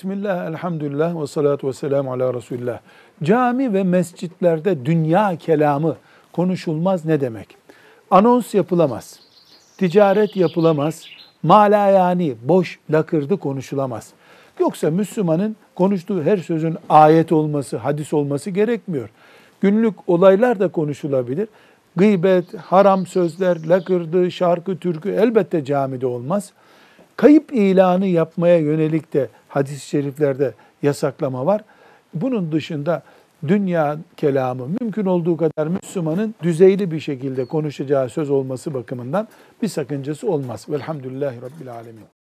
Bismillah, elhamdülillah ve salatu ve selamu ala Resulillah. Cami ve mescitlerde dünya kelamı konuşulmaz ne demek? Anons yapılamaz, ticaret yapılamaz, malayani, boş lakırdı konuşulamaz. Yoksa Müslümanın konuştuğu her sözün ayet olması, hadis olması gerekmiyor. Günlük olaylar da konuşulabilir. Gıybet, haram sözler, lakırdı, şarkı, türkü elbette camide olmaz. Kayıp ilanı yapmaya yönelik de hadis-i şeriflerde yasaklama var. Bunun dışında dünya kelamı mümkün olduğu kadar Müslümanın düzeyli bir şekilde konuşacağı söz olması bakımından bir sakıncası olmaz. Velhamdülillahi Rabbil Alemin.